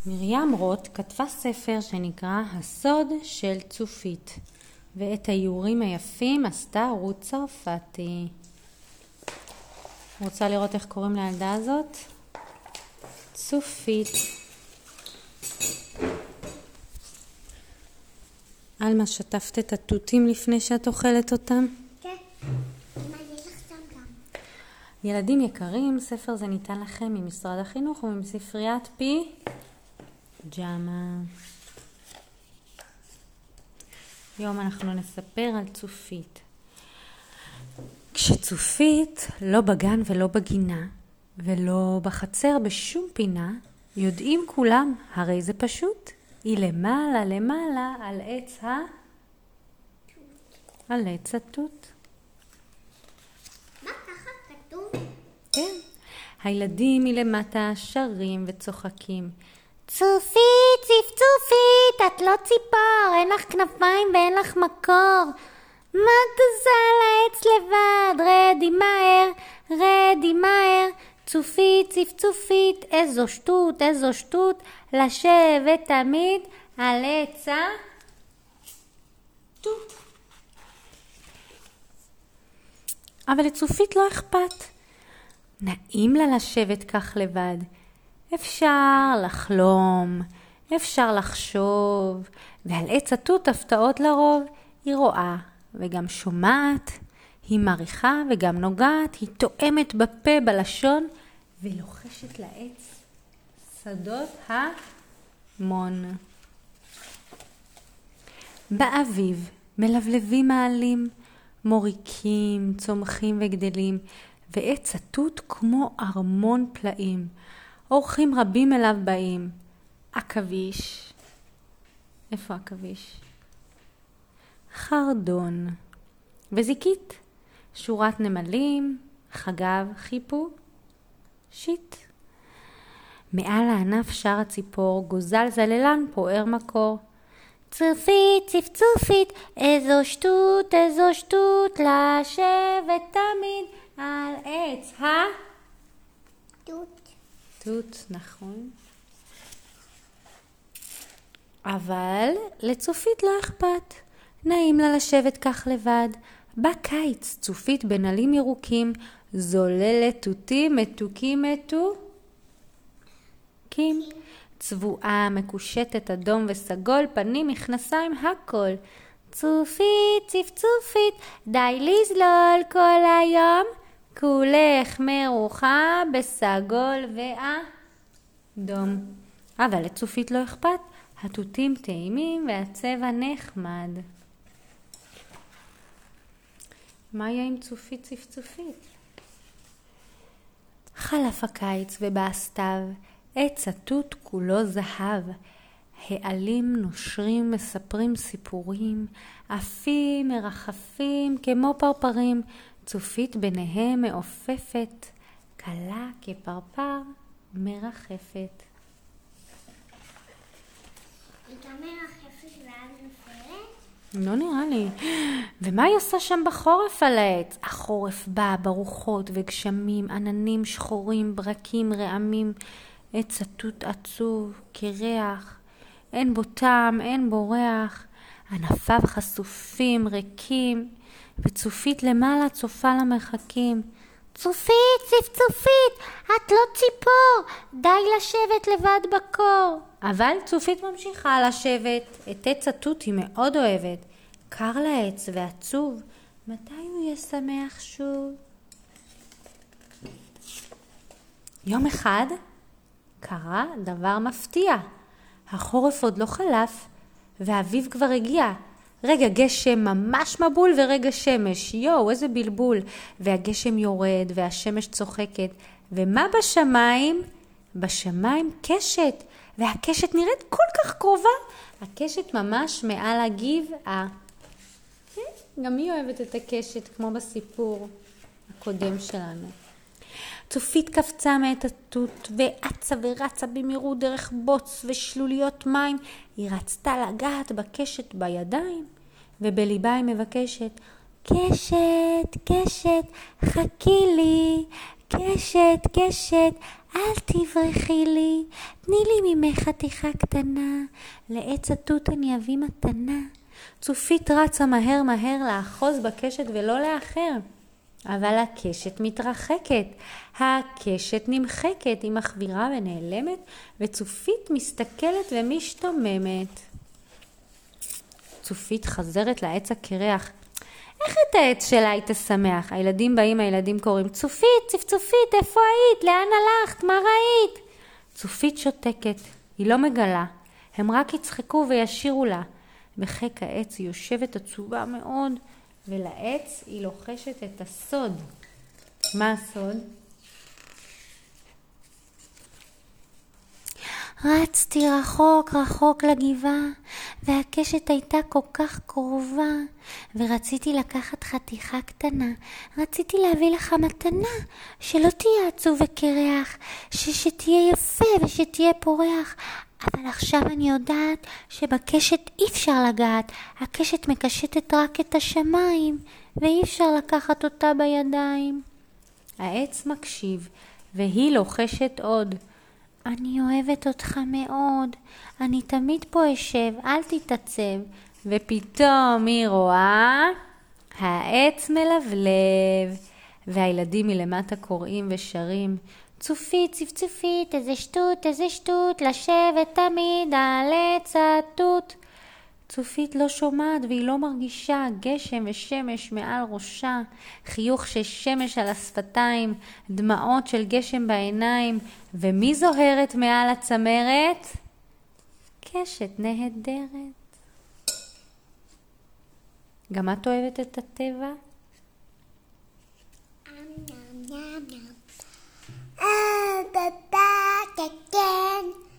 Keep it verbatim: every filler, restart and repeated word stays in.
מרים רוט כתבה ספר שנקרא הסוד של צופית, ואת האיורים היפים עשתה רות צרפתי. רוצה לראות איך קוראים לילדה הזאת? צופית. אלמה, שטפת את התותים לפני שאת אוכלת אותם? כן. אמא, יש לך שם גם. ילדים יקרים, ספר זה ניתן לכם ממשרד החינוך ומספריית פי ג'אמה. היום אנחנו נספר על צופית. כשצופית לא בגן ולא בגינה ולא בחצר בשום פינה, יודעים כולם, הרי זה פשוט. היא למעלה למעלה על עץ ה... על עץ התות. מה ככה כתוב? כן. הילדים מלמטה שרים וצוחקים. צופית, צפצופית, את לא ציפור, אין לך כנפיים ואין לך מקור. מה גוזה על העץ לבד? רדי מהר, רדי מהר. צופית, צפצופית, איזו שטות, איזו שטות, לשבת תמיד על עץ התות. אבל לצופית לא אכפת. נעים לה לשבת כך לבד. אפשר לחלום, אפשר לחשוב, ועל עץ התות הפתעות לרוב היא רואה וגם שומעת, היא מריחה וגם נוגעת, היא תואמת בפה בלשון ולוחשת לעץ שדות המון. באביב מלבלבים מעלים, מוריקים, צומחים וגדלים, ועץ התות כמו ארמון פלאים. אורחים רבים אליו באים. עכביש. איפה עכביש? חרדון. וזיקית. שורת נמלים. חגב. חיפו. שיט. מעל הענף שר הציפור. גוזל זללן פוער מקור. צופית, צפצופית, איזו שטות, איזו שטות, לשבת תמיד על עץ התות. תות, נכון. אבל לצופית לא אכפת. נעים לה לשבת כך לבד. בקיץ צופית בנעלים ירוקים, זוללת תותים מתוקים מתוקים. צבועה, מקושטת, אדום וסגול, פנים, מכנסיים, הכל. צופית, צפצופית, די לזלול כל היום, כולך מרוחה בסגול ואדום. אבל לצופית לא אכפת, התותים טעימים והצבע נחמד. מה יהיה עם צופית צפצופית? חלף הקיץ ובא הסתיו, עץ התות כולו זהב. העלים נושרים מספרים סיפורים, עפים מרחפים כמו פרפרים, צופית ביניהם מעופפת, קלה כפרפר מרחפת. היא גם מרחפת ואז נופלת? לא נראה לי. ומה היא עושה שם בחורף על העץ? החורף בא ברוחות וגשמים, עננים שחורים, ברקים, רעמים, עץ התות עצוב, קרח, אין בו טעם, אין בו ריח, ענפיו חשופים, ריקים, וצופית למעלה צופה למרחקים. צופית, צפצופית, את לא ציפור, די לשבת לבד בקור. אבל צופית ממשיכה לשבת, את עץ התות היא מאוד אוהבת. קר לעץ ועצוב, מתי הוא יהיה שמח שוב? יום אחד קרה דבר מפתיע. החורף עוד לא חלף, והאביב כבר הגיע. רגע גשם ממש מבול ורגע שמש. יואו, איזה בלבול. והגשם יורד והשמש צוחקת. ומה בשמיים? בשמיים קשת. והקשת נראית כל כך קרובה. הקשת ממש מעל הגבעה. גם היא אוהבת את הקשת כמו בסיפור הקודם שלנו. צופית קפצה מאת התות ואצה ורצה במהירות דרך בוץ ושלוליות מים. היא רצתה לגעת בקשת בידיים ובליבה היא מבקשת, קשת, קשת, חכי לי, קשת, קשת, אל תברחי לי, תני לי אמא חתיכה קטנה, לעץ התות אני אביא מתנה. צופית רצה מהר מהר לאחוז בקשת ולא לאחר. אבל הקשת מתרחקת, הקשת נמחקת, היא מחבירה ונעלמת, וצופית מסתכלת ומשתוממת. צופית חזרת לעץ הקרח. איך את העץ שלה היית שמח? הילדים באים, הילדים קוראים, צופית, צפצופית, איפה היית? לאן הלכת? מה ראית? צופית שותקת, היא לא מגלה. הם רק יצחקו וישירו לה. בחיק העץ היא יושבת עצובה מאוד, ולעץ היא לוחשת את הסוד. מה הסוד? רצתי רחוק רחוק לגבעה, והקשת הייתה כל כך קרובה, ורציתי לקחת חתיכה קטנה. רציתי להביא לך מתנה, שלא תהיה עצוב וקרח, שתהיה יפה ושתהיה פורח. אבל עכשיו אני יודעת שבקשת אי אפשר לגעת. הקשת מקשטת רק את השמיים, ואי אפשר לקחת אותה בידיים. העץ מקשיב, והיא לוחשת עוד. אני אוהבת אותך מאוד, אני תמיד פה אשב, אל תתעצב. ופתאום היא רואה, העץ מלבלב, והילדים מלמטה קוראים ושרים, צופית, צפצופית, איזה שטות, איזה שטות, לשבת תמיד על עץ התות. צופית לא שומעת והיא לא מרגישה, גשם ושמש מעל ראשה, חיוך של שמש על השפתיים, דמעות של גשם בעיניים, ומי זוהרת מעל הצמרת? קשת נהדרת. גם את אוהבת את הטבע? אה, כן.